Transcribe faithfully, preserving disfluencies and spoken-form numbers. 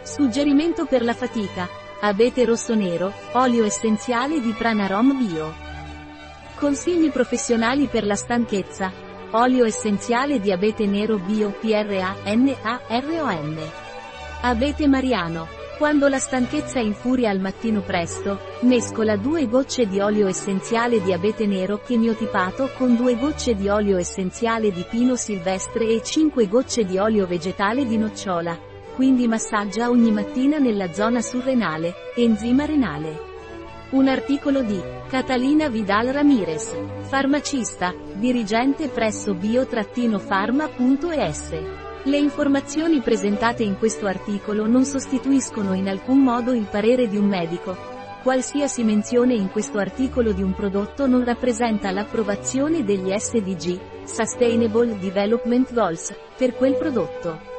Suggerimento per la fatica. Abete rosso nero, olio essenziale di Pranarom Bio. Consigli professionali per la stanchezza. Olio essenziale di abete nero bio P-R-A-N-A-R-O-M. Abete mariano. Quando la stanchezza infuria al mattino presto, mescola due gocce di olio essenziale di abete nero chemiotipato con due gocce di olio essenziale di pino silvestre e cinque gocce di olio vegetale di nocciola. Quindi massaggia ogni mattina nella zona surrenale, enzima renale. Un articolo di Catalina Vidal Ramirez, farmacista, dirigente presso bio-pharma punto es. Le informazioni presentate in questo articolo non sostituiscono in alcun modo il parere di un medico. Qualsiasi menzione in questo articolo di un prodotto non rappresenta l'approvazione degli S D G, Sustainable Development Goals, per quel prodotto.